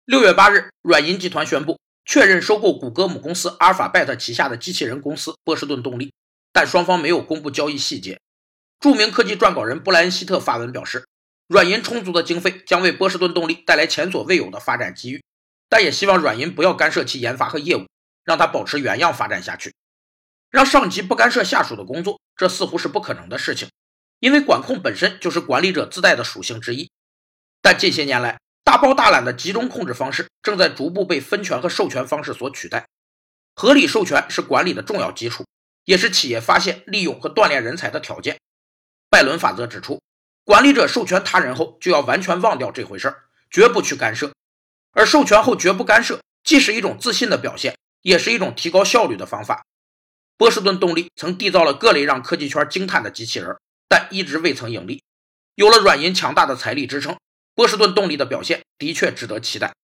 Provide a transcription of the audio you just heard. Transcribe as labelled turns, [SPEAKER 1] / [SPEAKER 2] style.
[SPEAKER 1] 6月8日，软银集团宣布确认收购谷歌母公司阿尔法贝塔旗下的机器人公司波士顿动力，但双方没有公布交易细节。著名科技撰稿人布莱恩·希特发文表示，软银充足的经费将为波士顿动力带来前所未有的发展机遇，但也希望软银不要干涉其研发和业务，让它保持原样发展下去。让上级不干涉下属的工作，这似乎是不可能的事情，因为管控本身就是管理者自带的属性之一。但近些年来，大包大揽的集中控制方式正在逐步被分权和授权方式所取代。合理授权是管理的重要基础，也是企业发现、利用和锻炼人才的条件。拜伦法则指出，管理者授权他人后就要完全忘掉这回事，绝不去干涉。而授权后绝不干涉，既是一种自信的表现，也是一种提高效率的方法。波士顿动力曾缔造了各类让科技圈惊叹的机器人，但一直未曾盈利。有了软银强大的财力支撑，波士顿动力的表现的确值得期待。